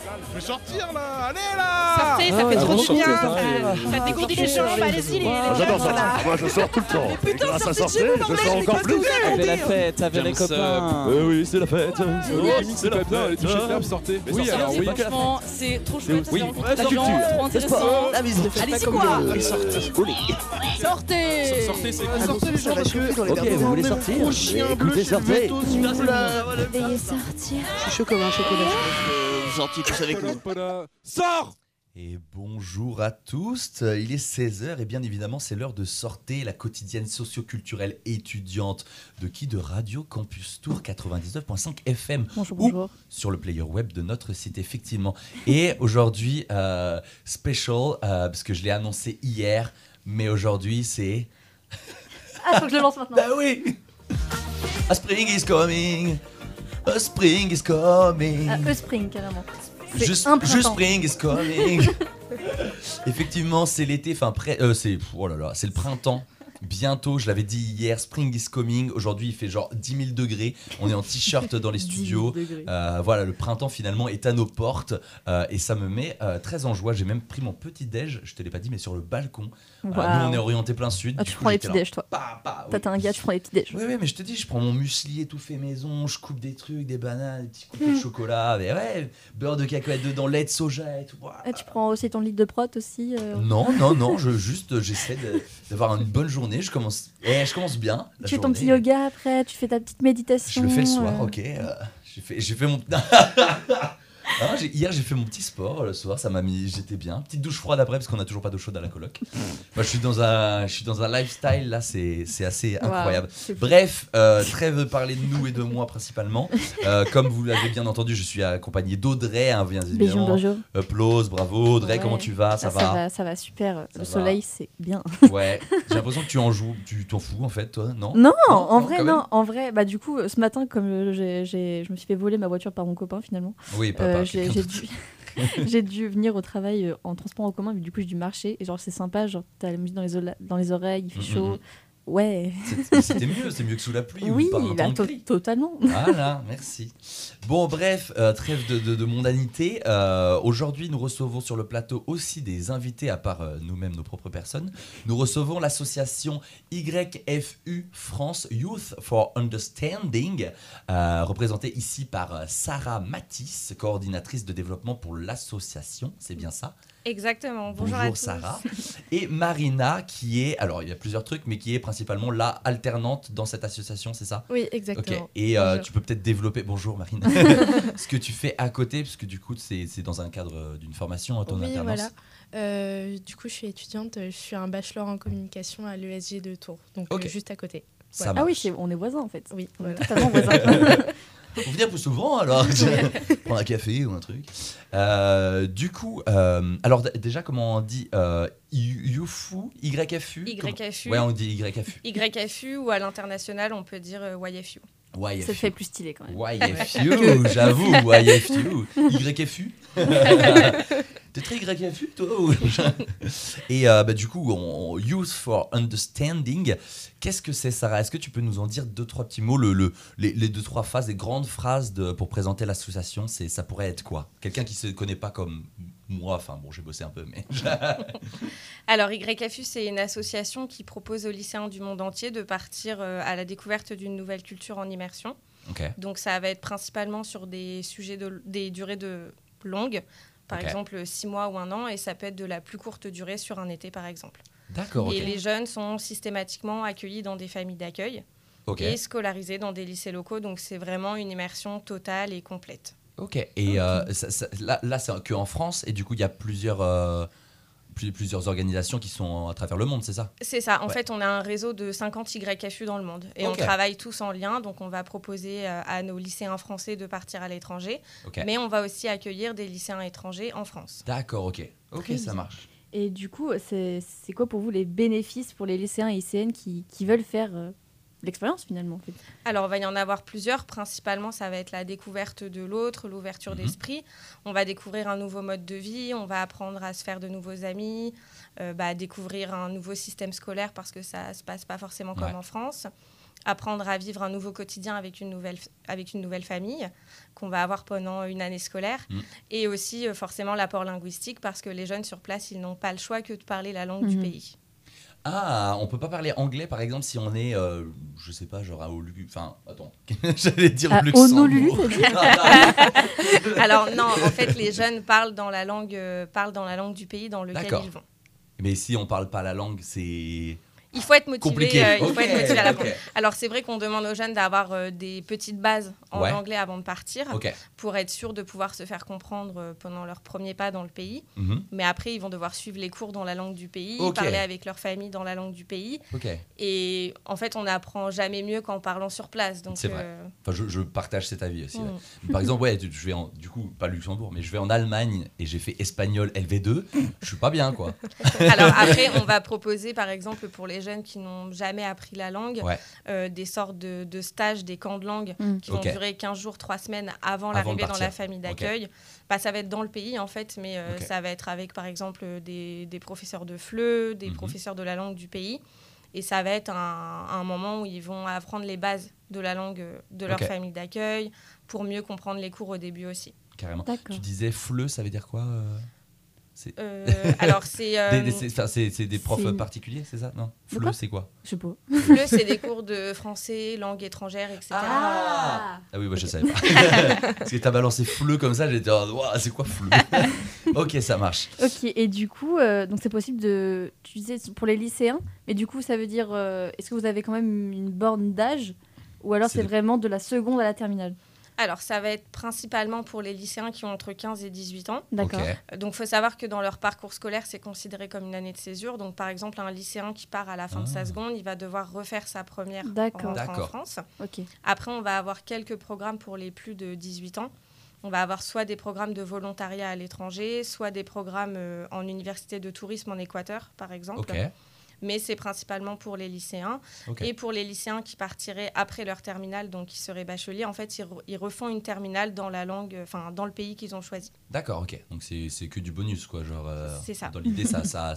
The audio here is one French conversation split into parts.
Je vais sortir là. Allez là. Sortez, ça fait trop du bien. Ça dégourdit les jambes, allez-y les J'adore sortir. Moi, je sors tout le temps. Et grâce à sortir, je sors encore plus. Avec la fête, avec les copains. Oui, c'est la fête. C'est la bien. Allez, touchez le câble, sortez. Oui, alors oui. Franchement, c'est trop chouette. Oui, La culture, trop intéressant. Allez-y quoi. Sortez. Sortez, c'est Ah, sortez les gens. Ok, vous voulez sortir? Au chien bleu, Écoutez, chez sortez. Veto, s'il vous plaît. Veuillez sortir. Je suis chaud comme un chocolat. Gentil, tous avec nous. Sors. Et bonjour à tous, il est 16h et bien évidemment c'est l'heure de sortir la quotidienne socio-culturelle étudiante de qui? De Radio Campus Tour 99.5 FM Bonjour. ou sur le player web de notre site effectivement. Et aujourd'hui, special, parce que je l'ai annoncé hier, mais aujourd'hui c'est... Ah, faut que je le lance maintenant. Bah oui. A spring is coming, a spring is coming. Ah, Spring, carrément. Just spring is coming. Effectivement, c'est l'été, enfin c'est le printemps. Bientôt, je l'avais dit hier, spring is coming. Aujourd'hui, il fait genre 10 000 degrés. On est en t-shirt dans les studios. Voilà, le printemps finalement est à nos portes et ça me met très en joie. J'ai même pris mon petit déj, je te l'ai pas dit, mais sur le balcon. Nous, on est orienté plein sud. Ah, tu prends les petits déj, toi. Oui. T'es un gars, tu prends les petits déj. Oui, mais je te dis, je prends mon muesli et tout fait maison. Je coupe des trucs, des bananes, des petits coupes de chocolat, mais ouais, beurre de cacahuète dedans, lait de soja et tout. Voilà. Ah, tu prends aussi ton litre de prot aussi Non, j'essaie d'avoir une bonne journée. Je commence bien. Tu fais ton petit yoga après, tu fais ta petite méditation. Je le fais le soir, ok. J'ai fait mon. Hier j'ai fait mon petit sport le soir, ça m'a mis, j'étais bien. Petite douche froide après parce qu'on a toujours pas d'eau chaude à la coloc. Moi je suis dans un lifestyle là, c'est assez incroyable. Bref, trêve de parler de nous et de moi principalement. Comme vous l'avez bien entendu, je suis accompagné d'Audrey, bien évidemment. Bonjour. Applause, bravo Audrey, comment tu vas? Ça va? Ça va super. Le soleil c'est bien. Ouais. J'ai l'impression que tu en joues, tu t'en fous en fait, toi, non? Non, en vrai, bah du coup ce matin comme je me suis fait voler ma voiture par mon copain finalement. Oui, papa. J'ai dû venir au travail en transport en commun, mais du coup j'ai dû marcher. Et genre c'est sympa, genre t'as la musique dans les oreilles, il fait chaud. Ouais. C'était mieux, c'est mieux que sous la pluie. Oui, ou par un temps de pluie. Totalement. Voilà, merci. Bon, bref, trêve de mondanité. Aujourd'hui, nous recevons sur le plateau aussi des invités, à part nous-mêmes, nos propres personnes. Nous recevons l'association YFU France, Youth for Understanding, représentée ici par Sarah Matisse, coordinatrice de développement pour l'association. C'est bien ça? Exactement, bonjour à tous. Sarah. Et Marina, qui est, alors il y a plusieurs trucs, mais qui est principalement la alternante dans cette association, c'est ça? Oui, exactement. Ok. Et tu peux peut-être développer, bonjour Marina, ce que tu fais à côté, parce que du coup c'est dans un cadre d'une formation à ton alternance. Voilà. Du coup je suis étudiante, je suis un bachelor en communication à l'ESG de Tours, donc juste à côté. Voilà. Ah oui, on est voisins en fait. Oui, on est totalement voisins. Faut venir plus souvent alors, prendre un café ou un truc. Du coup, alors déjà comment on dit YFU? YFU. Ouais, on dit YFU. YFU ou à l'international on peut dire YFU. Ça fait plus stylé quand même. YFU, j'avoue, YFU. YFU. T'es très YFU toi? Et du coup, Youth for Understanding, qu'est-ce que c'est Sarah? Est-ce que tu peux nous en dire 2-3 petits mots, les 2-3 phrases, les grandes phrases pour présenter l'association? Ça pourrait être quoi? Quelqu'un qui ne se connaît pas comme moi, enfin bon, j'ai bossé un peu, mais... Alors, YFU, c'est une association qui propose aux lycéens du monde entier de partir à la découverte d'une nouvelle culture en immersion. Okay. Donc, ça va être principalement sur des sujets des durées longues, par exemple 6 mois ou 1 an, et ça peut être de la plus courte durée sur un été, par exemple. D'accord. Et les jeunes sont systématiquement accueillis dans des familles d'accueil et scolarisés dans des lycées locaux, donc c'est vraiment une immersion totale et complète. Ok, et là c'est qu'en France, et du coup il y a plusieurs organisations qui sont à travers le monde, c'est ça? C'est ça, en fait on a un réseau de 50 YFU dans le monde, et on travaille tous en lien, donc on va proposer à nos lycéens français de partir à l'étranger, mais on va aussi accueillir des lycéens étrangers en France. D'accord, ok, ça marche. Et du coup, c'est quoi pour vous les bénéfices pour les lycéens et lycéennes qui veulent faire l'expérience finalement en fait? Alors, il va y en avoir plusieurs. Principalement, ça va être la découverte de l'autre, l'ouverture d'esprit. On va découvrir un nouveau mode de vie, on va apprendre à se faire de nouveaux amis, découvrir un nouveau système scolaire parce que ça ne se passe pas forcément comme en France. apprendre à vivre un nouveau quotidien avec une nouvelle famille qu'on va avoir pendant une année scolaire. Et aussi, forcément, l'apport linguistique parce que les jeunes sur place, ils n'ont pas le choix que de parler la langue du pays. Ah, on peut pas parler anglais, par exemple, si on est, je sais pas, genre à Honolulu. Enfin, attends, j'allais dire à Luxembourg. Honolulu, Alors non, en fait, les jeunes parlent dans la langue du pays dans lequel ils vont. Mais si on parle pas la langue, c'est... Il faut être motivé, à l'apprendre. Okay. Alors, c'est vrai qu'on demande aux jeunes d'avoir des petites bases en anglais avant de partir pour être sûr de pouvoir se faire comprendre pendant leur premier pas dans le pays. Mais après, ils vont devoir suivre les cours dans la langue du pays, parler avec leur famille dans la langue du pays. Et en fait, on n'apprend jamais mieux qu'en parlant sur place. Donc, c'est vrai. Enfin, je partage cet avis aussi. Par exemple, je vais du coup, pas Luxembourg, mais je vais en Allemagne et j'ai fait espagnol LV2. Je suis pas bien, quoi. Alors après, on va proposer, par exemple, pour les jeunes qui n'ont jamais appris la langue, des sortes de stages, des camps de langue qui vont durer 15 jours, 3 semaines avant l'arrivée dans la famille d'accueil. Ça va être dans le pays en fait, mais ça va être avec par exemple des professeurs de FLE, des professeurs de la langue du pays. Et ça va être un moment où ils vont apprendre les bases de la langue de leur famille d'accueil pour mieux comprendre les cours au début aussi. Carrément. Tu disais FLE, ça veut dire quoi alors c'est des profs particuliers, c'est ça? Non. FLE, c'est quoi? Je sais pas. FLE, c'est des cours de français, langue étrangère, etc. Ah oui, je savais pas. Parce que t'as balancé FLE comme ça, j'étais c'est quoi FLE? Ok, ça marche. Ok, et du coup, donc c'est possible tu disais pour les lycéens, mais du coup, ça veut dire, est-ce que vous avez quand même une borne d'âge ou alors c'est vraiment de la seconde à la terminale? Alors, ça va être principalement pour les lycéens qui ont entre 15 et 18 ans. D'accord. Donc, il faut savoir que dans leur parcours scolaire, c'est considéré comme une année de césure. Donc, par exemple, un lycéen qui part à la fin de sa seconde, il va devoir refaire sa première en rentrant en France. Après, on va avoir quelques programmes pour les plus de 18 ans. On va avoir soit des programmes de volontariat à l'étranger, soit des programmes en université de tourisme en Équateur, par exemple. Mais c'est principalement pour les lycéens. Et pour les lycéens qui partiraient après leur terminale, donc qui seraient bacheliers, en fait, ils refont une terminale dans la langue, dans le pays qu'ils ont choisi. D'accord, ok. Donc c'est que du bonus, quoi. Genre, c'est ça. Dans l'idée,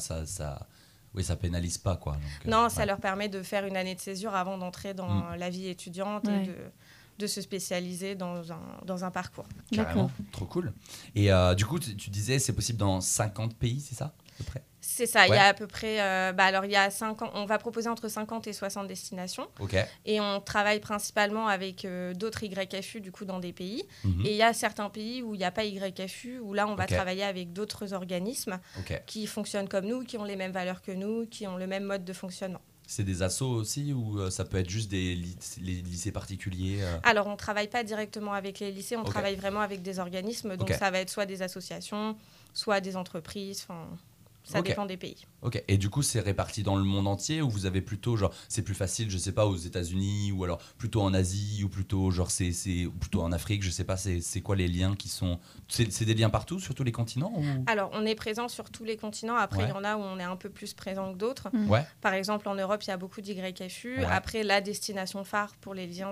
ça pénalise pas, quoi. Donc, non, ça leur permet de faire une année de césure avant d'entrer dans la vie étudiante et de se spécialiser dans un parcours. Carrément, trop cool. Et du coup, tu disais, c'est possible dans 50 pays, c'est ça, à peu près? C'est ça, il y a à peu près... alors, il y a 50, on va proposer entre 50 et 60 destinations. Et on travaille principalement avec d'autres YFU, du coup, dans des pays. Et il y a certains pays où il n'y a pas YFU, où là, on va travailler avec d'autres organismes qui fonctionnent comme nous, qui ont les mêmes valeurs que nous, qui ont le même mode de fonctionnement. C'est des assos aussi ou ça peut être juste les lycées particuliers Alors, on ne travaille pas directement avec les lycées, on travaille vraiment avec des organismes. Donc, ça va être soit des associations, soit des entreprises, ça dépend des pays. Ok, et du coup, c'est réparti dans le monde entier ou vous avez plutôt, genre, c'est plus facile, je sais pas, aux États-Unis ou alors plutôt en Asie ou plutôt, genre, c'est plutôt en Afrique, je sais pas, c'est quoi les liens qui sont. C'est des liens partout, sur tous les continents ou... Alors, on est présent sur tous les continents. Après, il y en a où on est un peu plus présent que d'autres. Par exemple, en Europe, il y a beaucoup d'YFU. Après, la destination phare pour les lycéens,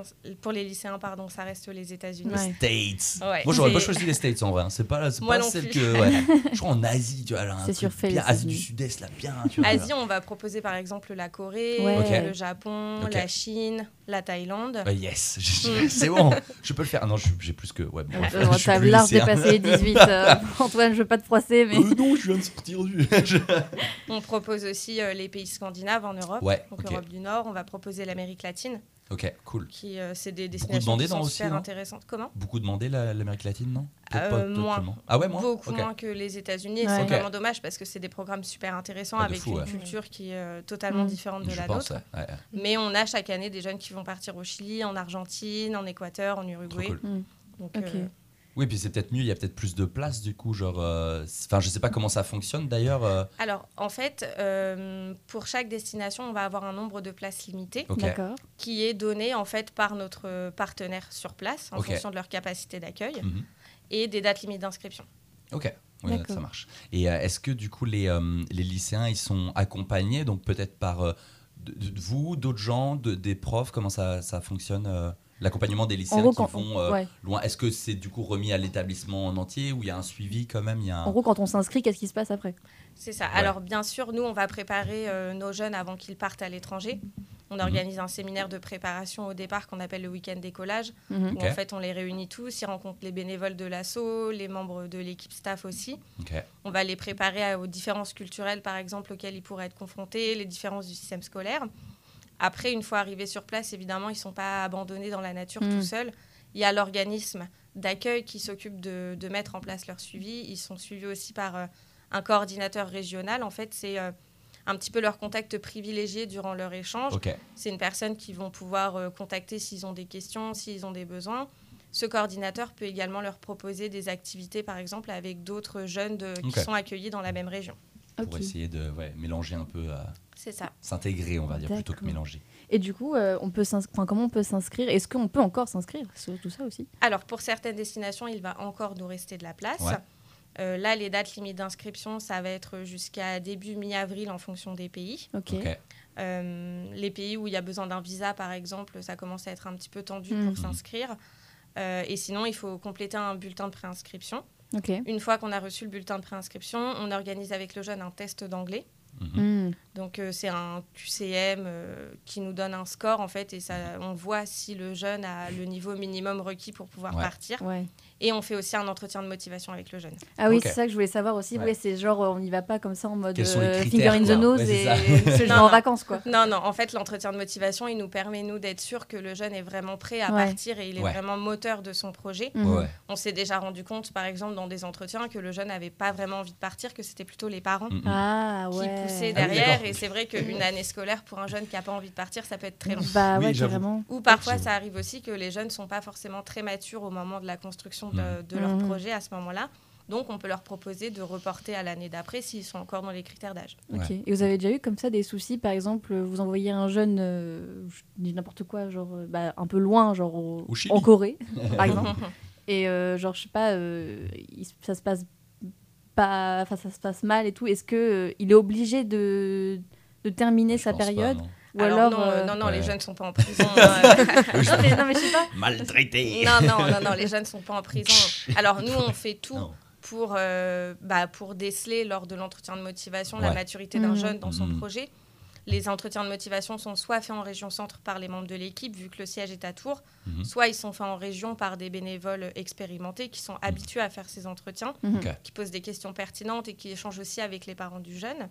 ça reste les États-Unis. States. Moi, j'aurais pas choisi les States en vrai. Hein. C'est pas celle que. Je crois en Asie, tu vois. Là, c'est sur Facebook. Asie du Sud-Est, là, bien. Tu vois, Asie, on va proposer par exemple la Corée, le Japon, la Chine, la Thaïlande. Yes, c'est bon, je peux le faire. Non, j'ai plus que. Ouais, bon, t'as large dépassé les 18. Antoine, je veux pas te froisser, mais. Non, je viens de sortir du. On propose aussi les pays scandinaves en Europe, donc Europe du Nord. On va proposer l'Amérique latine. Ok, cool. C'est des destinations qui sont super intéressantes. Comment ? Beaucoup demandé l'Amérique latine, non ? Moins. Ah ouais, moins. Beaucoup moins que les États-Unis. Et c'est vraiment dommage parce que c'est des programmes super intéressants avec une culture qui est totalement différente de la nôtre. Mais on a chaque année des jeunes qui vont partir au Chili, en Argentine, en Équateur, en Uruguay. Donc, oui, puis c'est peut-être mieux, il y a peut-être plus de place du coup, genre... Enfin, je sais pas comment ça fonctionne d'ailleurs. Alors, en fait, pour chaque destination, on va avoir un nombre de places limité qui est donné en fait par notre partenaire sur place en fonction de leur capacité d'accueil et des dates limites d'inscription. Ok, oui, ça marche. Et est-ce que du coup, les lycéens, ils sont accompagnés, donc peut-être par vous, d'autres gens, des profs, comment ça fonctionne l'accompagnement des lycéens qui vont loin, est-ce que c'est du coup remis à l'établissement en entier ou il y a un suivi quand même En gros, quand on s'inscrit, qu'est-ce qui se passe après ? C'est ça. Alors, bien sûr, nous, on va préparer nos jeunes avant qu'ils partent à l'étranger. On organise un séminaire de préparation au départ qu'on appelle le week-end décollage, où en fait on les réunit tous, ils rencontrent les bénévoles de l'asso, les membres de l'équipe staff aussi. On va les préparer aux différences culturelles par exemple auxquelles ils pourraient être confrontés, les différences du système scolaire. Après, une fois arrivés sur place, évidemment, ils ne sont pas abandonnés dans la nature tout seuls. Il y a l'organisme d'accueil qui s'occupe de mettre en place leur suivi. Ils sont suivis aussi par un coordinateur régional. En fait, c'est un petit peu leur contact privilégié durant leur échange. C'est une personne qu'ils vont pouvoir contacter s'ils ont des questions, s'ils ont des besoins. Ce coordinateur peut également leur proposer des activités, par exemple, avec d'autres jeunes qui sont accueillis dans la même région. Pour essayer de mélanger un peu, c'est ça. S'intégrer, on va dire, plutôt que mélanger. Et du coup, comment on peut s'inscrire ? Est-ce qu'on peut encore s'inscrire sur tout ça aussi ? Alors, pour certaines destinations, il va encore nous rester de la place. Là, les dates limites d'inscription, ça va être jusqu'à début mi-avril en fonction des pays. Les pays où il y a besoin d'un visa, par exemple, ça commence à être un petit peu tendu pour s'inscrire. Et sinon, il faut compléter un bulletin de préinscription. Une fois qu'on a reçu le bulletin de préinscription, on organise avec le jeune un test d'anglais. Donc c'est un QCM qui nous donne un score en fait et ça, on voit si le jeune a le niveau minimum requis pour pouvoir partir. Et on fait aussi un entretien de motivation avec le jeune. Ah oui, c'est ça que je voulais savoir aussi. C'est genre on n'y va pas comme ça en mode finger in the nose et se en vacances quoi. Non, en fait l'entretien de motivation il nous permet nous d'être sûr que le jeune est vraiment prêt à partir et il est vraiment moteur de son projet. On s'est déjà rendu compte par exemple dans des entretiens que le jeune n'avait pas vraiment envie de partir, que c'était plutôt les parents qui poussaient derrière et c'est vrai qu'une année scolaire pour un jeune qui n'a pas envie de partir ça peut être très long. Carrément. Ou parfois ça arrive aussi que les jeunes ne sont pas forcément très matures au moment de la construction de leur projet à ce moment-là. Donc, on peut leur proposer de reporter à l'année d'après s'ils sont encore dans les critères d'âge. Et vous avez déjà eu comme ça des soucis, par exemple, vous envoyez un jeune, je dis n'importe quoi, genre un peu loin, genre en Corée, par exemple, et genre, je sais pas, ça se passe pas, enfin, ça se passe mal et tout. Est-ce qu'il est obligé de terminer sa période ? Ou alors non, les jeunes ne sont pas en prison. Non, mais je sais pas. Maltraités. Non, les jeunes ne sont pas en prison. Alors, nous, on fait tout pour déceler lors de l'entretien de motivation la maturité d'un jeune dans son projet. Les entretiens de motivation sont soit faits en région centre par les membres de l'équipe, vu que le siège est à Tours, soit ils sont faits en région par des bénévoles expérimentés qui sont habitués à faire ces entretiens, qui posent des questions pertinentes et qui échangent aussi avec les parents du jeune.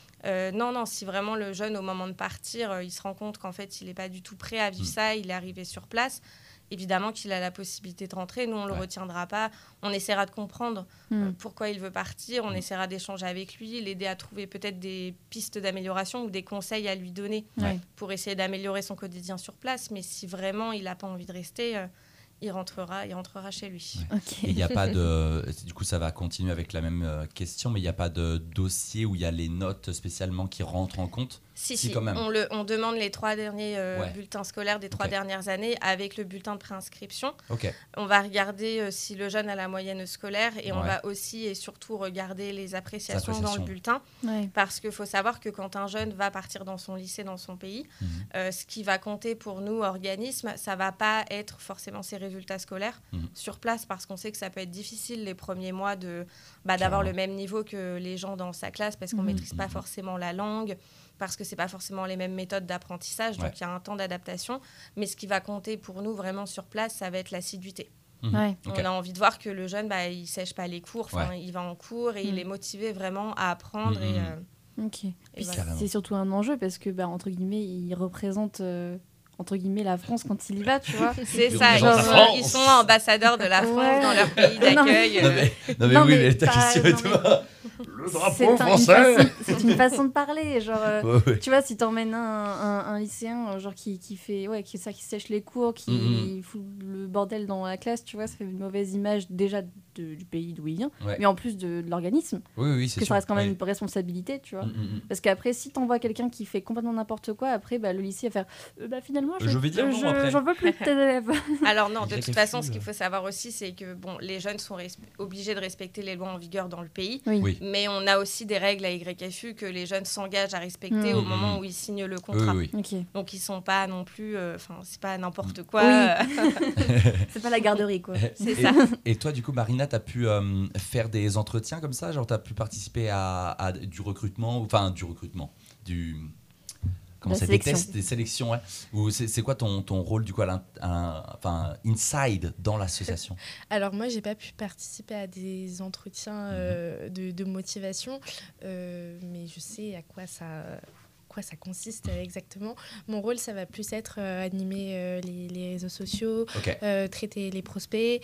Si vraiment le jeune, au moment de partir, il se rend compte qu'en fait, il n'est pas du tout prêt à vivre ça, il est arrivé sur place, évidemment qu'il a la possibilité de rentrer. Nous, on ne le retiendra pas. On essaiera de comprendre pourquoi il veut partir. On essaiera d'échanger avec lui, l'aider à trouver peut-être des pistes d'amélioration ou des conseils à lui donner pour essayer d'améliorer son quotidien sur place. Mais si vraiment il n'a pas envie de rester... il rentrera chez lui. Et il n'y a pas de... Du coup, ça va continuer avec la même question, mais il n'y a pas de dossier où il y a les notes spécialement qui rentrent en compte ? Si, quand même. On demande les 3 derniers bulletins scolaires des 3 dernières années avec le bulletin de préinscription. On va regarder si le jeune a la moyenne scolaire et on va aussi et surtout regarder les appréciations dans le bulletin. Parce qu'il faut savoir que quand un jeune va partir dans son lycée, dans son pays, ce qui va compter pour nous, organisme, ça ne va pas être forcément ses résultats scolaires sur place parce qu'on sait que ça peut être difficile les premiers mois d'avoir le même niveau que les gens dans sa classe parce qu'on ne maîtrise pas forcément la langue, parce que ce n'est pas forcément les mêmes méthodes d'apprentissage, donc il y a un temps d'adaptation. Mais ce qui va compter pour nous vraiment sur place, ça va être l'assiduité. On a envie de voir que le jeune, il ne sèche pas les cours, il va en cours et il est motivé vraiment à apprendre. Et voilà. C'est surtout un enjeu parce que, entre guillemets, il représente... entre guillemets la France quand il y va, tu vois. C'est ça, ils sont ambassadeurs de la France dans leur pays d'accueil. Non mais ta question est toi. Le drapeau français. C'est une façon de parler, genre tu vois, si t'emmènes un lycéen genre qui fait qui sèche les cours, qui fout le bordel dans la classe, tu vois, ça fait une mauvaise image déjà du pays d'où il vient, mais en plus de l'organisme. Oui, c'est sûr. Que ça reste quand même une responsabilité, tu vois. Parce qu'après si t'envoies quelqu'un qui fait complètement n'importe quoi, après le lycée va faire finalement je vais dire non après. J'en veux plus de tes élèves. Alors non, de toute façon, ce qu'il faut savoir aussi, c'est que les jeunes sont obligés de respecter les lois en vigueur dans le pays. Mais on a aussi des règles à YFU que les jeunes s'engagent à respecter au moment où ils signent le contrat. Donc ils sont pas non plus, c'est pas n'importe quoi. C'est pas la garderie quoi. C'est ça. Et toi, du coup, Marina, t'as pu faire des entretiens comme ça, genre t'as pu participer à du recrutement, des tests, des sélections, ouais. Ou c'est quoi ton rôle du coup inside dans l'association? Alors moi, j'ai pas pu participer à des entretiens de motivation, mais je sais à quoi ça consiste exactement. Mon rôle, ça va plus être animer les réseaux sociaux, traiter les prospects,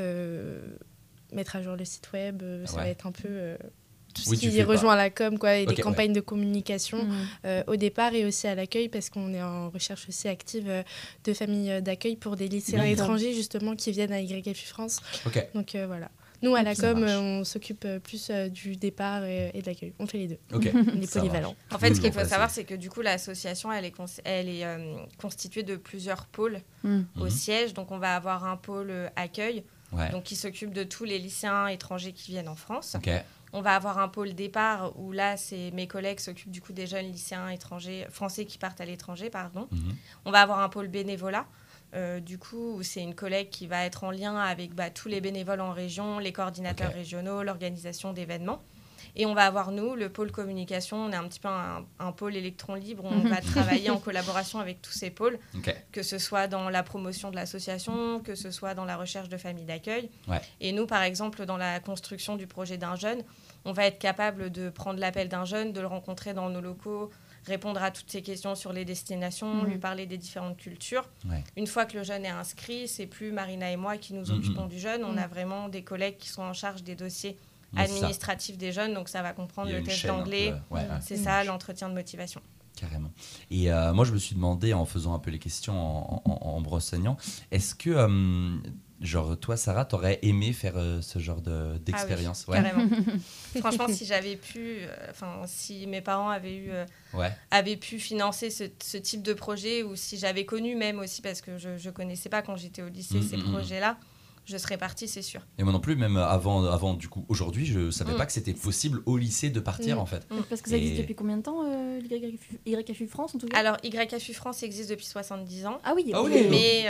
mettre à jour le site web. Ça va être un peu tout ce qui rejoint la com, et les campagnes de communication au départ et aussi à l'accueil, parce qu'on est en recherche aussi active de familles d'accueil pour des lycéens étrangers justement qui viennent à YFU France. Donc voilà. Nous, à la com, on s'occupe plus du départ et de l'accueil. On fait les deux. On est polyvalents. En fait, ce qu'il faut savoir, c'est que du coup, l'association, elle est constituée de plusieurs pôles au siège. Donc, on va avoir un pôle accueil, donc qui s'occupe de tous les lycéens étrangers qui viennent en France. On va avoir un pôle départ où là, mes collègues s'occupent du coup des jeunes lycéens étrangers, français qui partent à l'étranger, pardon. On va avoir un pôle bénévolat. Du coup, c'est une collègue qui va être en lien avec tous les bénévoles en région, les coordinateurs régionaux, l'organisation d'événements. Et on va avoir, nous, le pôle communication. On est un petit peu un pôle électron libre. On va travailler en collaboration avec tous ces pôles, que ce soit dans la promotion de l'association, que ce soit dans la recherche de familles d'accueil. Et nous, par exemple, dans la construction du projet d'un jeune, on va être capable de prendre l'appel d'un jeune, de le rencontrer dans nos locaux, répondre à toutes ces questions sur les destinations, lui parler des différentes cultures. Une fois que le jeune est inscrit, c'est plus Marina et moi qui nous occupons du jeune. On a vraiment des collègues qui sont en charge des dossiers administratifs des jeunes. Donc, ça va comprendre le test d'anglais. C'est ça, l'entretien de motivation. Carrément. Et moi, je me suis demandé, en faisant un peu les questions, en brossaignant, est-ce que... toi, Sarah, t'aurais aimé faire ce genre d'expérience? Carrément. Franchement, si j'avais pu, si mes parents avaient pu financer ce type de projet, ou si j'avais connu même aussi, parce que je connaissais pas quand j'étais au lycée ces projets-là, je serais partie, c'est sûr. Et moi non plus, même avant du coup, aujourd'hui, je savais pas que c'était possible au lycée de partir en fait. Parce que ça existe depuis combien de temps, YFU France en tout cas? Alors, YFU France existe depuis 70 ans. Ah oui, mais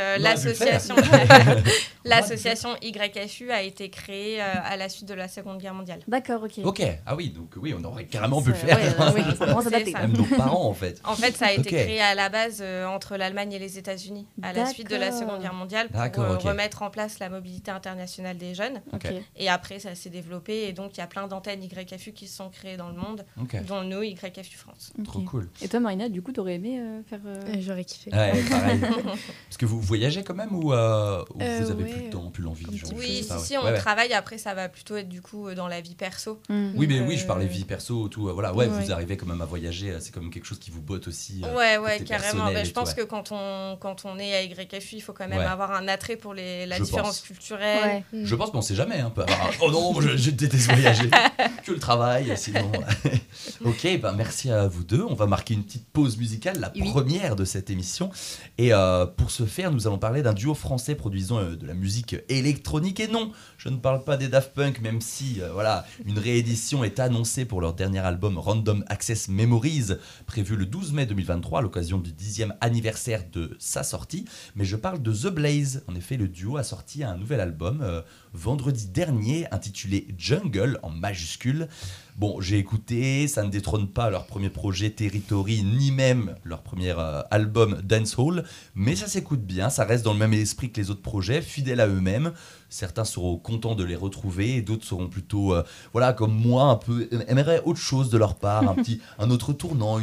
l'association YFU a été créée à la suite de la Seconde Guerre mondiale. D'accord, ok. Ah oui, donc oui, on aurait carrément pu le faire. Même nos parents en fait. En fait, ça a été créé à la base entre l'Allemagne et les États-Unis à la suite de la Seconde Guerre mondiale pour remettre en place la mobilité internationale des jeunes. Et après, ça s'est développé et donc il y a plein d'antennes YFU qui se sont créées dans le monde, dont nous, YFU France. Trop cool. Et toi, Marina, du coup, t'aurais aimé faire... J'aurais kiffé. Ouais, pareil. Parce que vous voyagez quand même ou vous avez plus le temps, plus l'envie? Oui, on travaille. Après, ça va plutôt être du coup dans la vie perso. Oui, mais je parlais vie perso, tout. Vous arrivez quand même à voyager. C'est comme quelque chose qui vous botte aussi. Carrément. Je pense que quand on est à YFU, il faut quand même avoir un attrait pour la différence culturelle. Je pense qu'on sait jamais. Oh non, je déteste voyager. Que le travail, sinon. Ok, merci à vous deux. On va marquer une petite pause musicale, la première de cette émission. Et pour ce faire, nous allons parler d'un duo français produisant de la musique électronique. Et non, je ne parle pas des Daft Punk, même si une réédition est annoncée pour leur dernier album Random Access Memories, prévu le 12 mai 2023 à l'occasion du 10e anniversaire de sa sortie. Mais je parle de The Blaze. En effet, le duo a sorti un nouvel album vendredi dernier intitulé Jungle en majuscule. Bon, j'ai écouté, ça ne détrône pas leur premier projet Territory, ni même leur premier album Dancehall, mais ça s'écoute bien, ça reste dans le même esprit que les autres projets, fidèles à eux-mêmes. Certains seront contents de les retrouver, et d'autres seront plutôt, comme moi, un peu aimeraient autre chose de leur part, un autre tournant,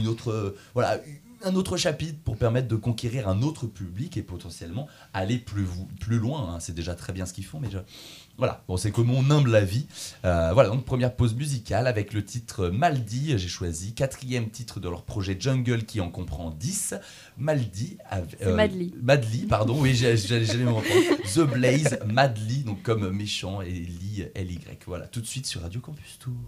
un autre chapitre pour permettre de conquérir un autre public et potentiellement aller plus loin. C'est déjà très bien ce qu'ils font, mais c'est que mon humble avis. Donc première pause musicale avec le titre Maldi. J'ai choisi 4e titre de leur projet Jungle qui en comprend 10. Maldi. Madly, pardon. Oui, j'allais me reprendre. The Blaze, Madly, donc comme méchant et Ly, L-Y. Voilà, tout de suite sur Radio Campus Tour.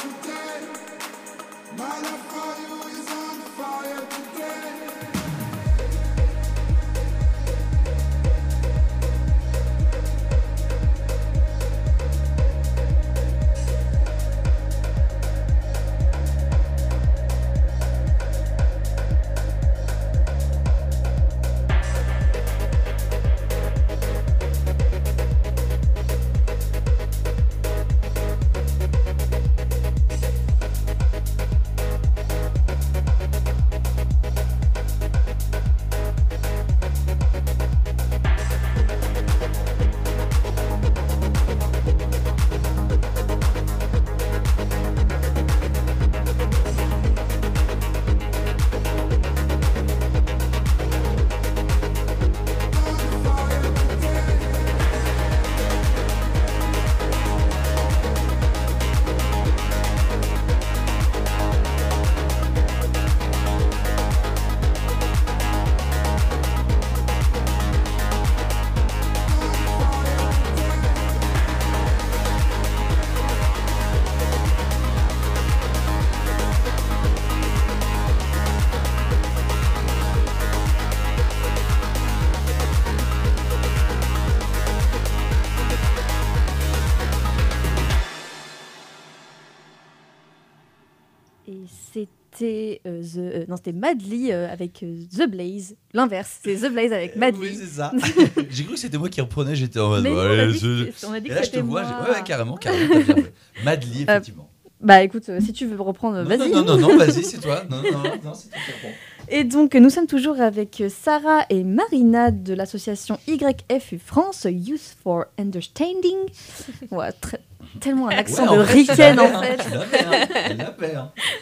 C'était Madly avec The Blaze. L'inverse, c'est The Blaze avec Madly. Oui, c'est ça. J'ai cru que c'était moi qui reprenais, j'étais en mode. Mais on a dit que c'était moi. Ouais, carrément. Madly, effectivement. Bah écoute, si tu veux reprendre, vas-y. Non, vas-y, c'est toi. Non, c'est toi qui reprends. Et donc, nous sommes toujours avec Sarah et Marina de l'association YFU France, Youth for Understanding. Ouais, tellement un accent de ricaine, en fait. Elle l'a fait.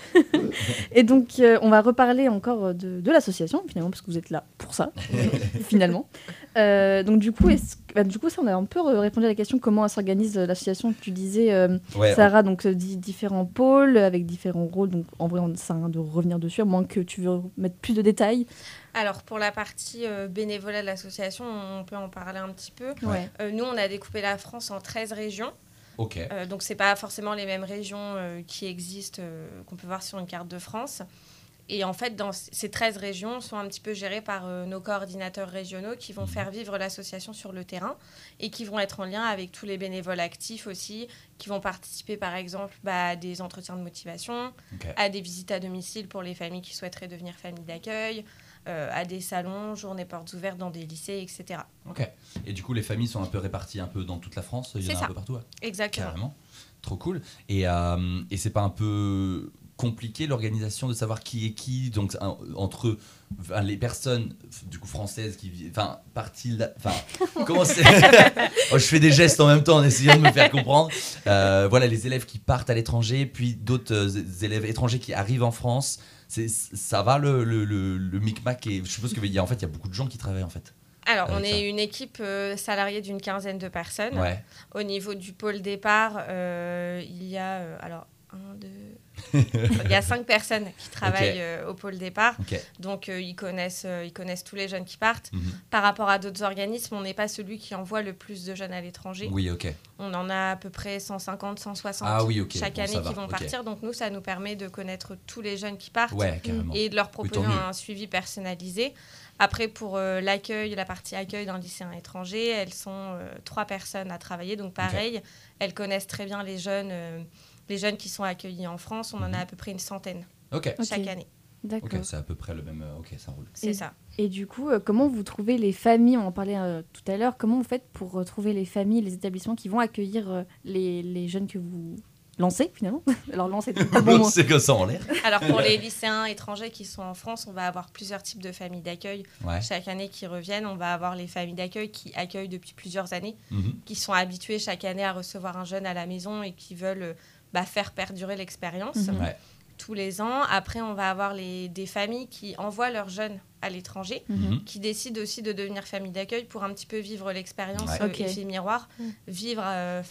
Et donc, on va reparler encore de l'association, finalement, parce que vous êtes là pour ça, finalement. Donc, du coup, ça, on a un peu répondu à la question comment s'organise l'association. Tu disais, Sarah, donc, différents pôles avec différents rôles. Donc, en vrai, on sert à rien de revenir dessus, à moins que tu veux mettre plus de détails. Alors, pour la partie bénévolat de l'association, on peut en parler un petit peu. Ouais. Nous, on a découpé la France en 13 régions. Okay. Donc, ce n'est pas forcément les mêmes régions qui existent, qu'on peut voir sur une carte de France. Et en fait, dans ces 13 régions sont un petit peu gérées par nos coordinateurs régionaux qui vont faire vivre l'association sur le terrain et qui vont être en lien avec tous les bénévoles actifs aussi, qui vont participer par exemple à des entretiens de motivation, à des visites à domicile pour les familles qui souhaiteraient devenir famille d'accueil, à des salons, journées portes ouvertes dans des lycées, etc. Ok. Et du coup, les familles sont un peu réparties un peu dans toute la France. Il y en a un peu partout. Ouais. Exactement. Carrément. Trop cool. Et c'est pas un peu compliqué l'organisation de savoir qui est qui, donc entre les personnes du coup françaises qui vivent, comment c'est je fais des gestes en même temps en essayant de me faire comprendre. Voilà, les élèves qui partent à l'étranger, puis d'autres élèves étrangers qui arrivent en France. Ça va le micmac, et je suppose qu'il y a beaucoup de gens qui travaillent en fait. Alors, on est une équipe salariée d'une 15aine de personnes. Ouais. Au niveau du pôle départ, il y a il y a 5 personnes qui travaillent au pôle départ. Donc, ils connaissent tous les jeunes qui partent. Par rapport à d'autres organismes, on n'est pas celui qui envoie le plus de jeunes à l'étranger. Oui, ok. On en a à peu près 150, 160 chaque année qui vont partir. Donc, nous, ça nous permet de connaître tous les jeunes qui partent et de leur proposer un suivi personnalisé. Après, pour l'accueil, la partie accueil d'un lycéen étranger, elles sont 3 personnes à travailler. Donc, pareil, elles connaissent très bien les jeunes qui sont accueillis en France. On en a à peu près une centaine chaque année. D'accord. Ok, c'est à peu près le même... Ok, ça roule. C'est ça. Et du coup, comment vous trouvez les familles, on en parlait tout à l'heure, comment vous faites pour trouver les familles, les établissements qui vont accueillir les jeunes que vous lancez, finalement? Alors, lancer, c'est pas bon mot. C'est comme ça en l'air. Alors, pour les lycéens étrangers qui sont en France, on va avoir plusieurs types de familles d'accueil chaque année qui reviennent. On va avoir les familles d'accueil qui accueillent depuis plusieurs années, qui sont habituées chaque année à recevoir un jeune à la maison et qui veulent faire perdurer l'expérience tous les ans. Après, on va avoir des familles qui envoient leurs jeunes à l'étranger, qui décident aussi de devenir famille d'accueil pour un petit peu vivre l'expérience effet miroir, vivre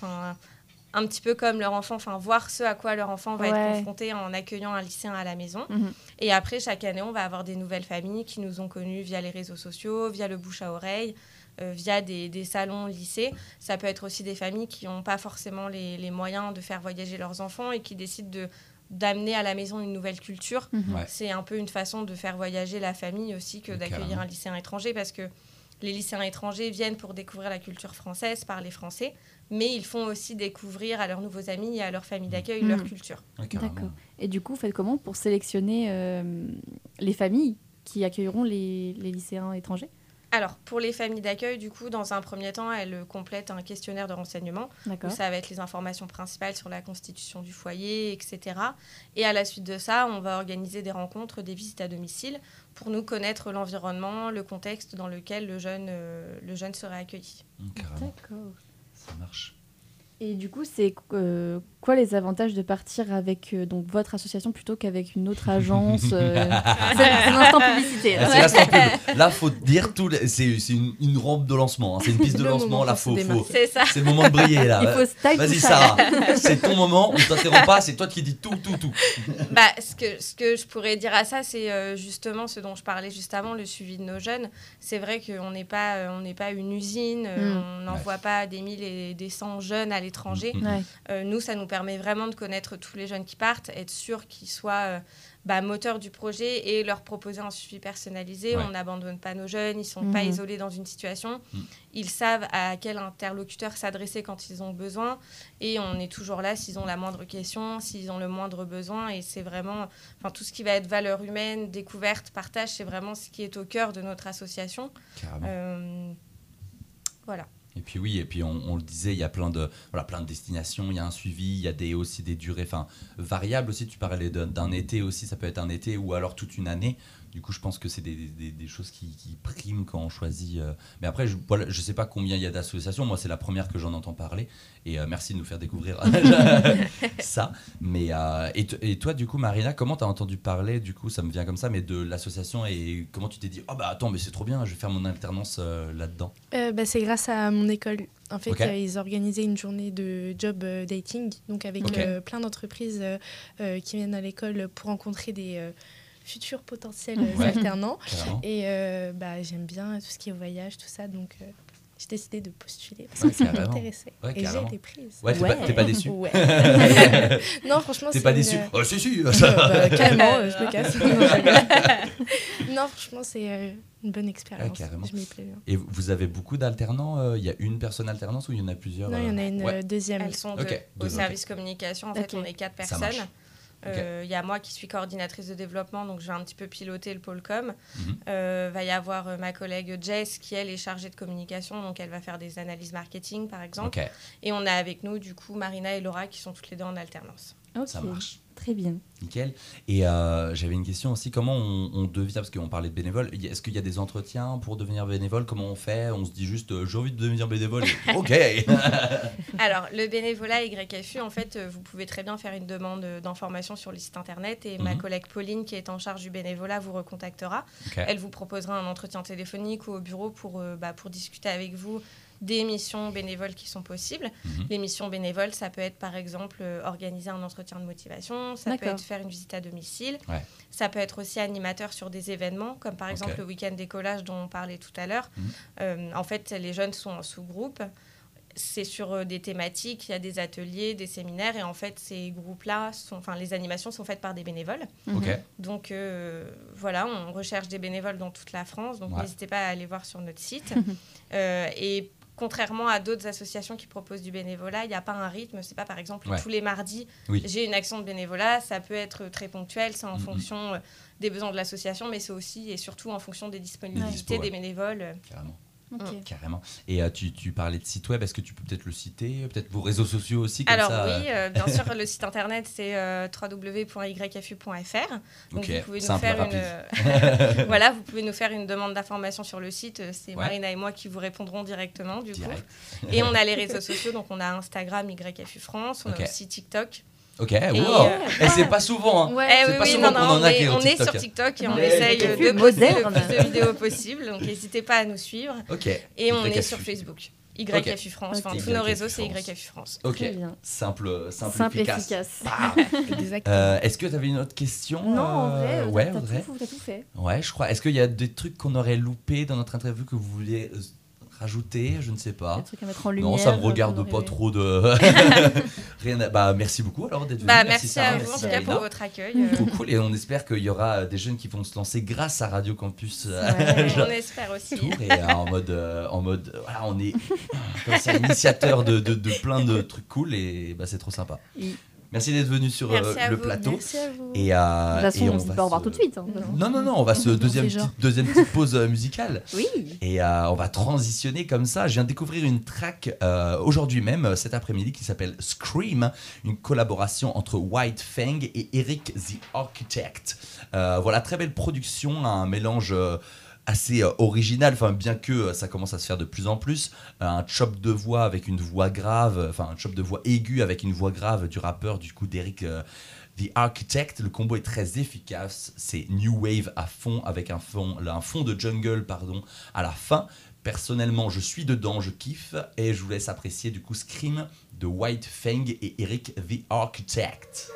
un petit peu comme leur enfant, voir ce à quoi leur enfant va être confronté en accueillant un lycéen à la maison. Et après, chaque année, on va avoir des nouvelles familles qui nous ont connus via les réseaux sociaux, via le bouche à oreille, via des salons lycées. Ça peut être aussi des familles qui n'ont pas forcément les moyens de faire voyager leurs enfants et qui décident d'amener à la maison une nouvelle culture. C'est un peu une façon de faire voyager la famille aussi que d'accueillir un lycéen étranger, parce que les lycéens étrangers viennent pour découvrir la culture française, parler français, mais ils font aussi découvrir à leurs nouveaux amis et à leur famille d'accueil leur culture. D'accord. Et du coup, vous faites comment pour sélectionner les familles qui accueilleront les lycéens étrangers ? Alors, pour les familles d'accueil, du coup, dans un premier temps, elles complètent un questionnaire de renseignement. Où ça va être les informations principales sur la constitution du foyer, etc. Et à la suite de ça, on va organiser des rencontres, des visites à domicile pour nous connaître l'environnement, le contexte dans lequel le jeune serait accueilli. D'accord. Ça marche. Et du coup, c'est quoi les avantages de partir avec donc votre association plutôt qu'avec une autre agence C'est l'instant publicité. Là, c'est l'instant pub. Là, faut dire c'est une rampe de lancement. C'est une piste de lancement. Là, c'est ça. C'est le moment de briller là. Il faut Vas-y, Sarah. C'est ton moment. On t'interrompt pas. C'est toi qui dis tout. Ce que je pourrais dire à ça, c'est justement ce dont je parlais juste avant, le suivi de nos jeunes. C'est vrai qu'on n'est pas une usine. On n'envoie pas des 1000 et des 100 jeunes à l'étranger. Nous, ça nous permet vraiment de connaître tous les jeunes qui partent, être sûr qu'ils soient moteurs du projet et leur proposer un suivi personnalisé. On n'abandonne pas nos jeunes, ils ne sont pas isolés dans une situation. Ils savent à quel interlocuteur s'adresser quand ils ont besoin et on est toujours là s'ils ont la moindre question, s'ils ont le moindre besoin. Et c'est vraiment tout ce qui va être valeur humaine, découverte, partage, c'est vraiment ce qui est au cœur de notre association. Voilà. Et puis on le disait, il y a plein de destinations, il y a un suivi, il y a aussi des durées variables aussi. Tu parlais d'un été aussi, ça peut être un été ou alors toute une année. Du coup, je pense que c'est des choses qui priment quand on choisit. Mais après, je sais pas combien il y a d'associations. Moi, c'est la première que j'en entends parler. Et merci de nous faire découvrir ça. Mais, et toi, du coup, Marina, comment tu as entendu parler, du coup, ça me vient comme ça, mais de l'association et comment tu t'es dit, attends, mais c'est trop bien, je vais faire mon alternance là-dedans. C'est grâce à mon école. En fait, ils organisaient une journée de job dating, donc avec plein d'entreprises qui viennent à l'école pour rencontrer des futurs potentiels alternants. Et j'aime bien tout ce qui est voyage, tout ça, donc j'ai décidé de postuler parce que ça m'intéressait. Et j'ai été prise. T'es pas déçue? Non, franchement, t'es pas déçue? Oh, si. Carrément, je me casse. Non, franchement, c'est une bonne expérience. Je m'y plais bien. Et vous avez beaucoup d'alternants? Il y a une personne alternance ou il y en a plusieurs? Non, il y en a une deuxième. Elles sont au service communication. En fait, on est 4 personnes. Y a moi qui suis coordinatrice de développement, donc je vais un petit peu piloter le pôle com. Va y avoir ma collègue Jess qui, elle, est chargée de communication, donc elle va faire des analyses marketing, par exemple. Et on a avec nous, du coup, Marina et Laura qui sont toutes les deux en alternance. Ça marche. Très bien. Nickel. Et j'avais une question aussi, comment on devient, parce qu'on parlait de bénévole, est-ce qu'il y a des entretiens pour devenir bénévole? Comment on fait? On se dit juste, j'ai envie de devenir bénévole. Ok. Alors, le bénévolat YFU, en fait, vous pouvez très bien faire une demande d'information sur le site internet et ma collègue Pauline, qui est en charge du bénévolat, vous recontactera. Elle vous proposera un entretien téléphonique ou au bureau pour discuter avec vous des missions bénévoles qui sont possibles. Les missions bénévoles, ça peut être par exemple organiser un entretien de motivation, ça peut être faire une visite à domicile, ça peut être aussi animateur sur des événements, comme par exemple le week-end d'écolage dont on parlait tout à l'heure. En fait, les jeunes sont en sous-groupe, c'est sur des thématiques, il y a des ateliers, des séminaires, et en fait, ces groupes-là, les animations sont faites par des bénévoles. Donc voilà, on recherche des bénévoles dans toute la France, donc n'hésitez pas à aller voir sur notre site. Et contrairement à d'autres associations qui proposent du bénévolat, il n'y a pas un rythme. C'est pas, par exemple, tous les mardis, j'ai une action de bénévolat. Ça peut être très ponctuel, c'est en fonction des besoins de l'association, mais c'est aussi et surtout en fonction des disponibilités des bénévoles. Carrément. Carrément. Et tu parlais de site web, est-ce que tu peux peut-être le citer? Peut-être vos réseaux sociaux aussi comme Alors ça, oui, bien sûr, le site internet c'est www.yfu.fr. Donc vous pouvez nous faire voilà, vous pouvez nous faire une demande d'information sur le site. C'est Marina et moi qui vous répondrons directement du coup. Et on a les réseaux sociaux, donc on a Instagram YFU France, on a aussi TikTok. Ok, et c'est pas souvent, hein. C'est pas souvent qu'on en a qui est on est sur TikTok et on essaye de poster le plus de vidéos possible, donc n'hésitez pas à nous suivre. Et on est sur Facebook. YFU France, tous nos réseaux c'est YFU France. Ok, simple efficace. Est-ce que tu avais une autre question? Non, en vrai, t'as tout fait. Ouais, je crois. Est-ce qu'il y a des trucs qu'on aurait loupés dans notre interview que vous vouliez rajouter, je ne sais pas. Des trucs à mettre en lumière. Non, ça me regarde pas trop de. Rien. Merci beaucoup alors d'être venu. Merci à vous en tout cas pour votre accueil. Trop cool et on espère qu'il y aura des jeunes qui vont se lancer grâce à Radio Campus. On espère aussi. Et en mode, voilà, on est comme ça initiateur de plein de trucs cool et c'est trop sympa. Merci d'être venu sur le plateau. Merci à vous. De toute façon, on va se revoir tout de suite. Non, on va se deuxième petite pause musicale. Oui. Et on va transitionner comme ça. Je viens de découvrir une track aujourd'hui même, cet après-midi, qui s'appelle Scream, une collaboration entre White Fang et Eric the Architect. Voilà, très belle production, un mélange assez original, bien que ça commence à se faire de plus en plus, un chop de voix avec une voix grave, un chop de voix aiguë avec une voix grave du rappeur du coup d'Eric The Architect. Le combo est très efficace, c'est new wave à fond avec un fond de jungle à la fin. Personnellement, je suis dedans, je kiffe et je vous laisse apprécier du coup Scream de White Fang et Eric The Architect.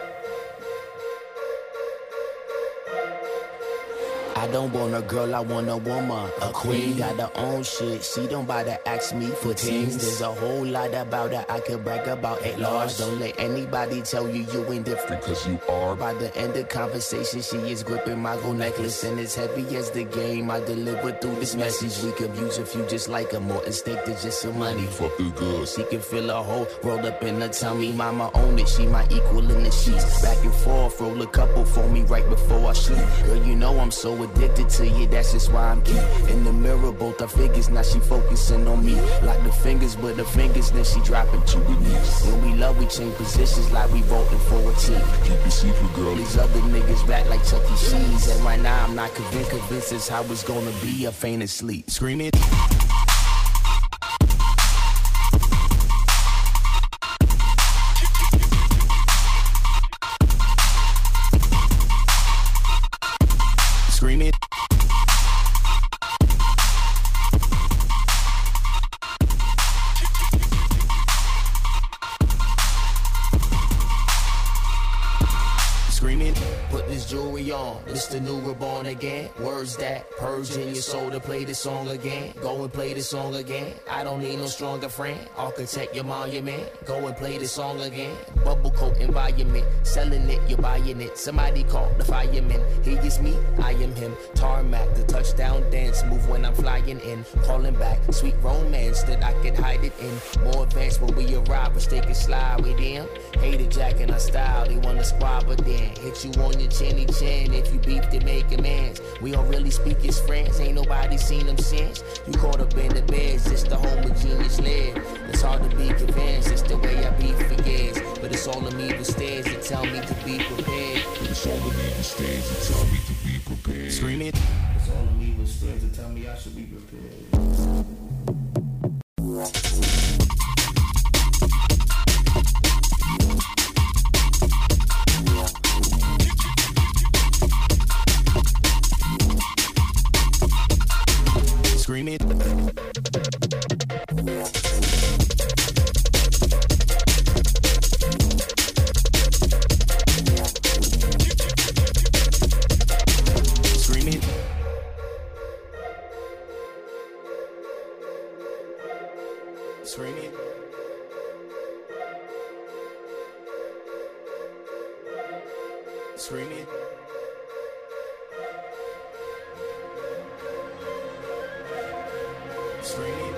I don't want a girl, I want a woman, a queen. Got her own shit, she don't bother ask me for things. There's a whole lot about her I could brag about at large. Don't let anybody tell you you ain't different, cause you are. By the end of conversation, she is gripping my gold necklace. And as heavy as the game, I deliver through this message. We could use a few just like her, more instinct than just some money. Fuck her good. She can feel a hole rolled up in her tummy. Mama own it, she my equal in the sheets. Back and forth, roll a couple for me right before I sleep. Girl, you know I'm so addicted to you, that's just why I'm keep in the mirror, both our figures, now she focusing on me. Like the fingers, but the fingers, then she dropping to her knees. When we love, we change positions like we voting for a team. Keep it secret, girl. These other niggas back like Chuck E. Cheese. And right now I'm not convinced it's how it's gonna be. I faint asleep, screaming. Screaming. Screaming, put this jewelry on. It's the new reborn again. Words that purge in your soul to play this song again. Go and play this song again. I don't need no stronger friend. Architect your monument. Go and play this song again. Bubble coat environment. Selling it, you're buying it. Somebody call the fireman. He is me, I am him. Tarmac, the touchdown dance move when I'm flying in. Calling back, sweet romance that I could hide it in. More advanced when we arrive, but they can slide with them. Hated Jack in our style, they wanna squad, but then hit you on your chinny chin. If you beef, they make amends. We don't really speak as friends, ain't nobody seen them since. You caught up in the beds, it's the homogeneous live. It's hard to be convinced, it's the way I be for years. But it's all of me with stairs that tell me to be prepared. But it's all of me with stairs that tell me to be prepared. Screaming. It's all of me with stairs that tell me I should be prepared. Screaming. Screaming. Screaming. Screaming. Screaming.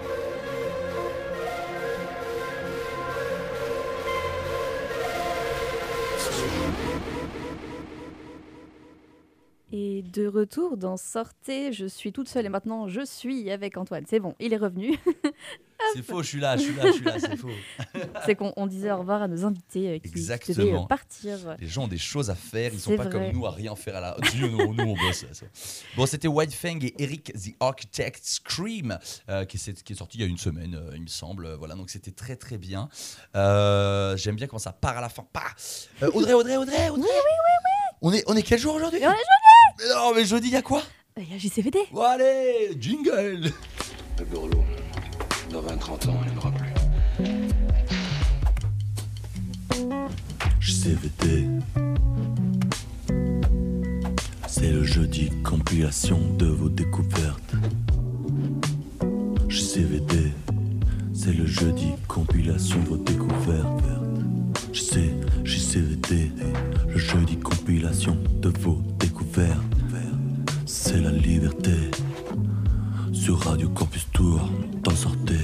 Et de retour dans Sortez, je suis toute seule et maintenant je suis avec Antoine. C'est bon, il est revenu. C'est faux, je suis là, c'est faux. C'est qu'on disait au revoir à nos invités qui devaient partir. Les gens ont des choses à faire, ils sont pas comme nous à rien faire à la... nous on bosse. Bon, c'était White Fang et Eric The Architect Scream qui est sorti il y a une semaine, il me semble. Voilà, donc c'était très très bien. J'aime bien comment ça part à la fin. Audrey. Oui. On est quel jour aujourd'hui? On est jeudi. Non, mais jeudi, il y a quoi? Il y a JCVD. Bon, allez, jingle. Le Burlot, dans 20-30 ans, il n'y en aura plus. JCVD. C'est le jeudi, compilation de vos découvertes. JCVD, c'est le jeudi, compilation vos découvertes. JCVD, le jeudi, compilation de vos découvertes. C'est la liberté, sur Radio Campus Tour, t'en sortez.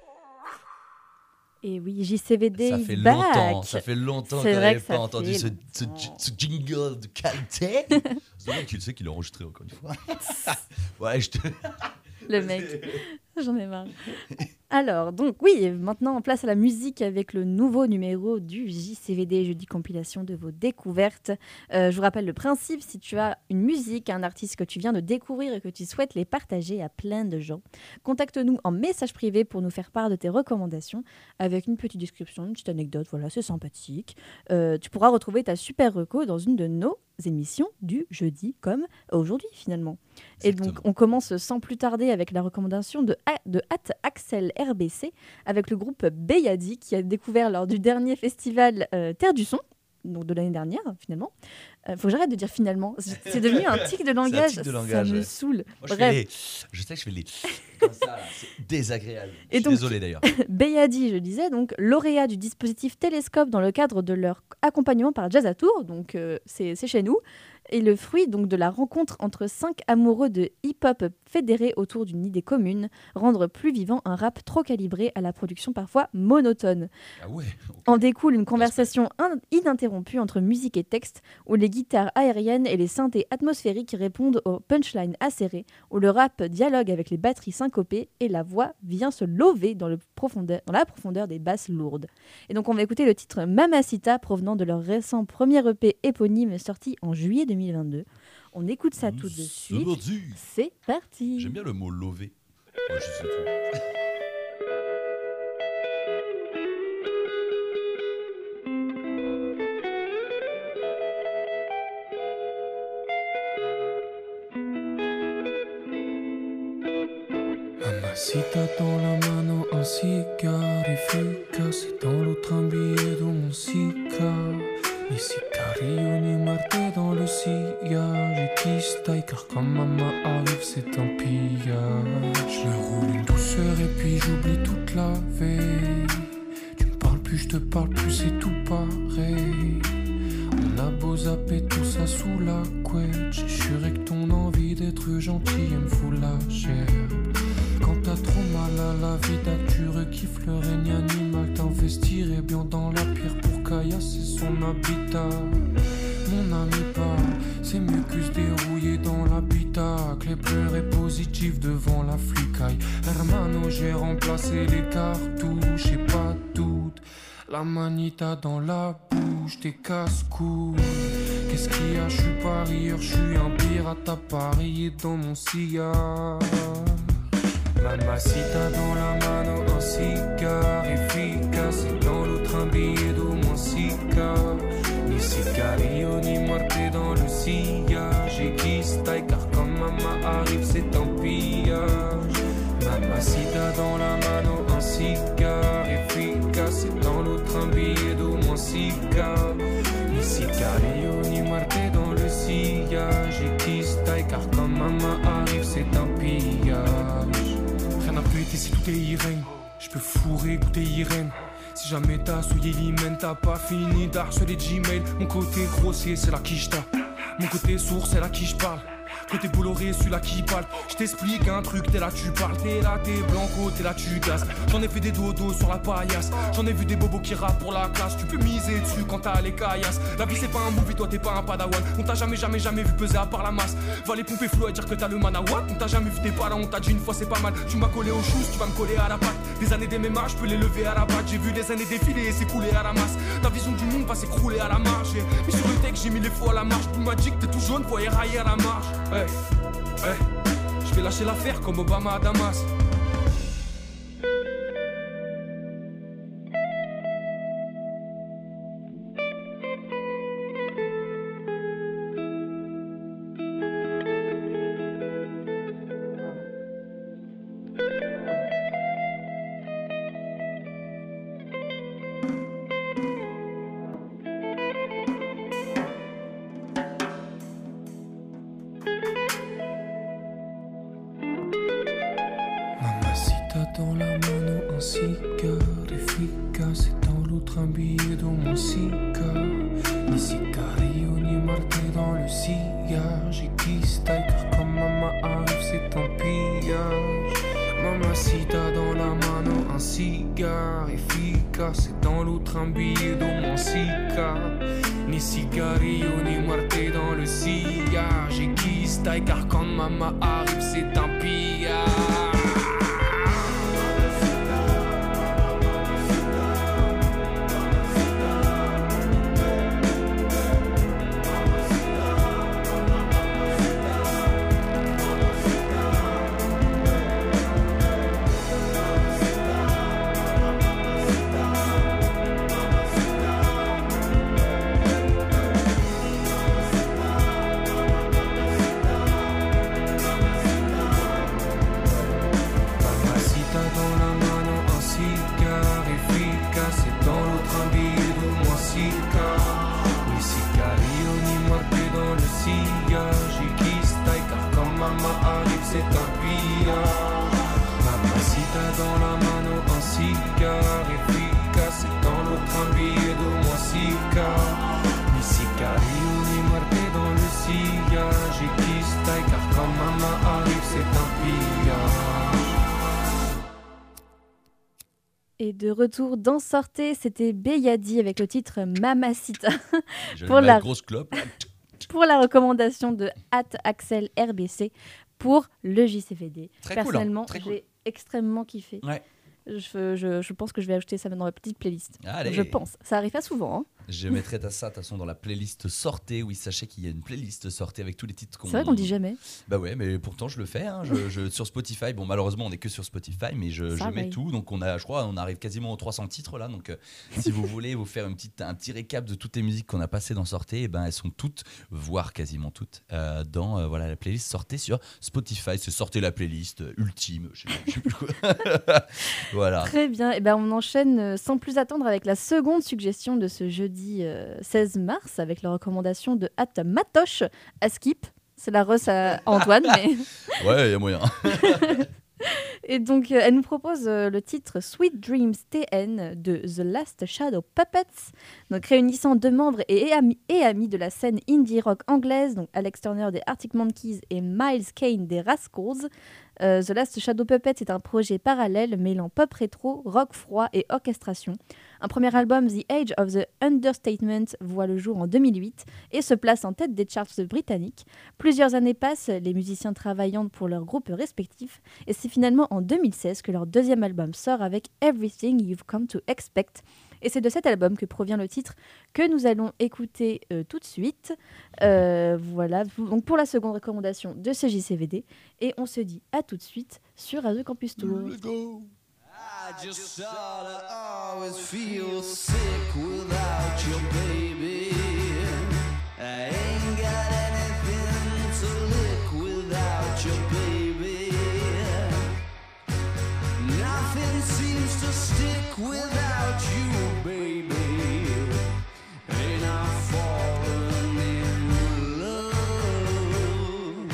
Et oui, JCVD ça fait back. longtemps, ça fait longtemps qu'on n'avait pas entendu ce jingle de qualité. C'est vrai qu'il sait qu'il est enregistré encore une fois. Ouais, Le mec, j'en ai marre. Alors, donc oui, maintenant en place à la musique avec le nouveau numéro du JCVD, jeudi compilation de vos découvertes. Je vous rappelle le principe, si tu as une musique, un artiste que tu viens de découvrir et que tu souhaites les partager à plein de gens, contacte-nous en message privé pour nous faire part de tes recommandations avec une petite description, une petite anecdote, voilà, c'est sympathique. Tu pourras retrouver ta super reco dans une de nos émissions du jeudi, comme aujourd'hui finalement. Exactement. Et donc on commence sans plus tarder avec la recommandation de Axel RBC avec le groupe Beyadi qui a découvert lors du dernier festival Terre du Son, donc de l'année dernière finalement. Faut que j'arrête de dire finalement, c'est devenu un tic de langage, ça me saoule. Moi, je sais que je fais les comme ça, là. C'est désagréable. Et je suis désolé d'ailleurs. Beyadi, je disais, donc lauréat du dispositif Télescope dans le cadre de leur accompagnement par Jazz à Tours, donc c'est chez nous, et le fruit donc de la rencontre entre 5 amoureux de hip-hop fédérés autour d'une idée commune, rendre plus vivant un rap trop calibré à la production parfois monotone. Ah ouais, okay. En découle une conversation ininterrompue entre musique et texte, où les guitares aériennes et les synthés atmosphériques répondent aux punchlines acérées, où le rap dialogue avec les batteries syncopées et la voix vient se lover dans la profondeur des basses lourdes. Et donc on va écouter le titre Mamacita provenant de leur récent premier EP éponyme sorti en juillet 2022. On écoute ça tout de suite. C'est parti. J'aime bien le mot lover. Ouais, je sais tout. Mamacita dans la mano un cigare efficace et dans l'autre un billet de mon cigare. Ni sicario ni Marte dans le sillage et qui staille car quand maman arrive c'est un pillage. Je me roule une douceur et puis j'oublie toute la veille. Tu me parles plus, je te parle plus, c'est tout pareil. On a beau zapper tout ça sous la couette, j'ai juré que ton envie d'être gentil elle me fout la chair. Quand t'as trop mal à la vie, tu rekiffes le règne animal. T'investirais bien dans la pierre pour caillasser son habitat. Mon ami part, c'est mieux que se dérouiller dans l'habitacle et pleurer positif devant la flicaille. Hermano, j'ai remplacé les cartouches et pas toutes. La manita dans la bouche, t'es casse-couilles. Qu'est-ce qu'il y a, je suis pas rieur, je suis un pirate à parier dans mon cigare. Mamacita dans la mano un cigare efficace et dans l'autre un billet d'au moins 6K. Ni sicario ni Marte dans le sillage et qui staille car quand maman arrive c'est un pillage. Mamacita dans la mano un cigare efficace et dans l'autre un billet d'au moins 6K. Ni sicario ni Marte dans le sillage et qui staille car quand maman arrive c'est un pillage. Rien n'a plus été si tout est irène. Je peux fourrer, goûter Irène. Si jamais t'as souillé l'hymen, t'as pas fini d'harceler Gmail. Mon côté grossier, c'est la quiche t'a. Mon côté sourd, c'est la qui je parle. Côté bolloré, celui-là qui parle. Je t'explique un truc, t'es là, tu parles. T'es là, t'es blanco, t'es là, tu gazes. J'en ai fait des dodos sur la paillasse. J'en ai vu des bobos qui rappent pour la classe. Tu peux miser dessus quand t'as les caillasses. La vie c'est pas un movie, toi t'es pas un padawan. On t'a jamais vu peser à part la masse. Va les pomper flow et dire que t'as le manawan. On t'a jamais vu des balles, on t'a dit une fois c'est pas mal. Tu m'as collé aux choses, tu vas me coller à la patte. Des années d'MMA, je peux les lever à la batte. J'ai vu des années défiler et s'écouler à la masse. Ta vision du monde va s'écrouler à la marge. Mais sur le texte, j'ai mis les faux à la marche. Tout m'a dit que t'es tout jaune, voyez railler à la marge. Hey. Hey, je vais lâcher l'affaire comme Obama à Damas. cigare efficace, dans l'autre un billet d'au moins 6 quarts. Ni cigarillo ni marté dans le sillage. Et qui staille car quand maman arrive c'est un pillage. Mamacita dans la mano un cigare efficace, dans l'autre un billet d'au moins 6 quarts. Ni cigarillo ni marté dans le sillage. Et qui staille car quand maman arrive c'est un pillage. Et de retour dans Sortez, c'était Beyadi avec le titre Mamacita. Grosse clope. Pour la recommandation de @Axel RBC pour le JCVD. Très Personnellement, cool, j'ai extrêmement kiffé. Ouais. Je pense que je vais ajouter ça dans ma petite playlist. Allez. Je pense. Ça arrive pas souvent. Hein. Je mettrai ça de toute façon dans la playlist Sortez. Oui, sachez qu'il y a une playlist Sortez avec tous les titres qu'on... C'est vrai qu'on le dit jamais. Bah ouais, mais pourtant je le fais. Hein. Sur Spotify, bon malheureusement on n'est que sur Spotify, mais je mets tout. Donc je crois on arrive quasiment aux 300 titres là. Donc si vous voulez vous faire un petit récap de toutes les musiques qu'on a passées dans Sortez, elles sont toutes, voire quasiment toutes, dans la playlist Sortez sur Spotify. C'est Sortez la playlist ultime. Je sais plus quoi. Voilà. Très bien. Et on enchaîne sans plus attendre avec la seconde suggestion de ce jeudi 16 mars avec la recommandation de @Matoche à Skip. C'est la Russe à Antoine, mais... Ouais, il y a moyen. Et donc, elle nous propose le titre Sweet Dreams TN de The Last Shadow Puppets, donc réunissant 2 membres et amis de la scène indie rock anglaise, donc Alex Turner des Arctic Monkeys et Miles Kane des Rascals. The Last Shadow Puppets est un projet parallèle mêlant pop rétro, rock froid et orchestration. Un premier album, The Age of the Understatement, voit le jour en 2008 et se place en tête des charts britanniques. Plusieurs années passent, les musiciens travaillant pour leurs groupes respectifs, et c'est finalement en 2016 que leur deuxième album sort avec Everything You've Come to Expect. Et c'est de cet album que provient le titre que nous allons écouter tout de suite. Voilà, donc pour la seconde recommandation de ce JCVD. Et on se dit à tout de suite sur Radio Campus Tour. I just sorta always feel sick without you, baby. I ain't got anything to lick without you, baby. Nothing seems to stick without you, baby. Ain't I fallen in love?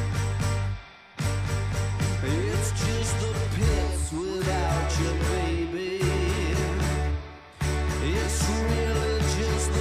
It's just the pits without you, baby. It's really just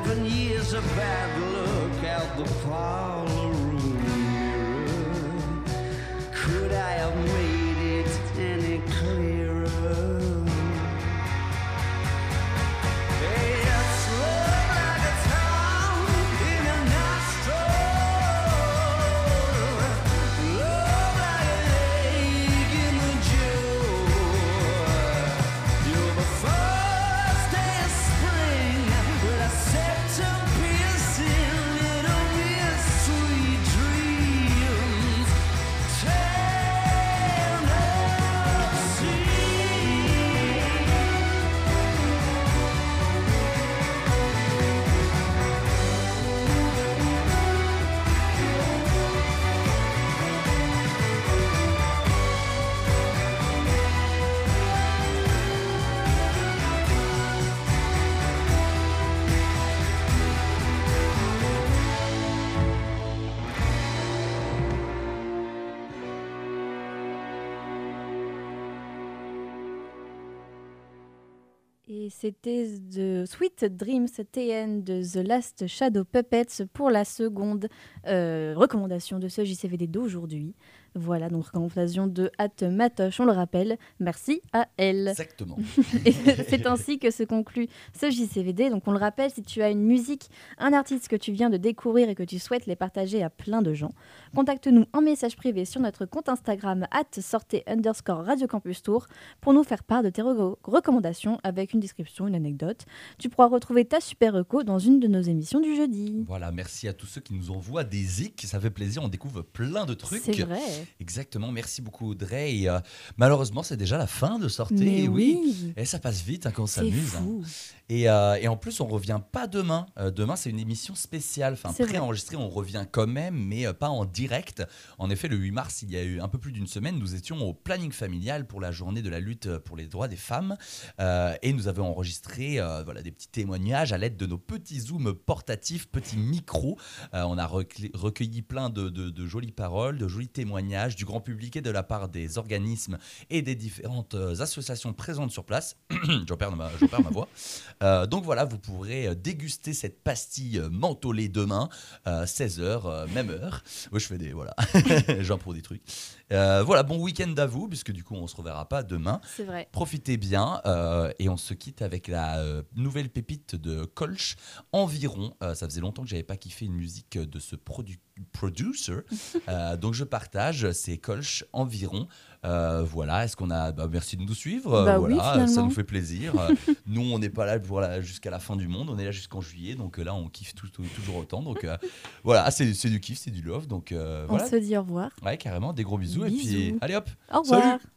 7 years of bad luck out the parlor room mirror. Could I have made it any clearer? It's love like a town in a night store. Love like an egg in the jar. You're the first day of spring with a septum-piercing little miss, sweet dreams. Et c'était The Sweet Dreams TN de The Last Shadow Puppets pour la seconde recommandation de ce JCVD d'aujourd'hui. Voilà, donc recommandation de Matoche, on le rappelle. Merci à elle. Exactement. Et c'est ainsi que se conclut ce JCVD. Donc on le rappelle, si tu as une musique, un artiste que tu viens de découvrir et que tu souhaites les partager à plein de gens, contacte-nous en message privé sur notre compte Instagram @sortez_Radio Campus Tour pour nous faire part de tes recommandations avec une description, une anecdote. Tu pourras retrouver ta super reco dans une de nos émissions du jeudi. Voilà, merci à tous ceux qui nous envoient des zik, ça fait plaisir, on découvre plein de trucs. C'est vrai. Exactement, merci beaucoup Audrey. Et, malheureusement, c'est déjà la fin de Sortez. Mais oui. Et ça passe vite quand on C'est s'amuse. fou. Et en plus, on revient pas demain. Demain, c'est une émission spéciale, enfin C'est pré-enregistrée. On revient quand même, mais pas en direct. En effet, le 8 mars, il y a eu un peu plus d'une semaine, nous étions au planning familial pour la journée de la lutte pour les droits des femmes. Et nous avons enregistré voilà, des petits témoignages à l'aide de nos petits zooms portatifs, petits micros. On a recueilli plein de jolies paroles, de jolis témoignages du grand public et de la part des organismes et des différentes associations présentes sur place. J'en perds ma voix. Donc voilà, vous pourrez déguster cette pastille mentholée demain, 16h, même heure. Moi, je fais des... Voilà, j'impro des trucs. Voilà, bon week-end à vous, puisque du coup, on ne se reverra pas demain. C'est vrai. Profitez bien et on se quitte avec la nouvelle pépite de Kolsch, Environ. Ça faisait longtemps que je n'avais pas kiffé une musique de ce producer. Donc je partage, c'est Kolsch, Environ. Voilà, est-ce qu'on a... merci de nous suivre. Voilà, oui, ça nous fait plaisir. Nous, on n'est pas là jusqu'à la fin du monde, on est là jusqu'en juillet, donc là, on kiffe toujours autant. Donc voilà, c'est du kiff, c'est du love. Donc, on voilà. se dit au revoir. Ouais, carrément, des gros bisous. Et Bisous. puis, allez hop, au revoir. salut.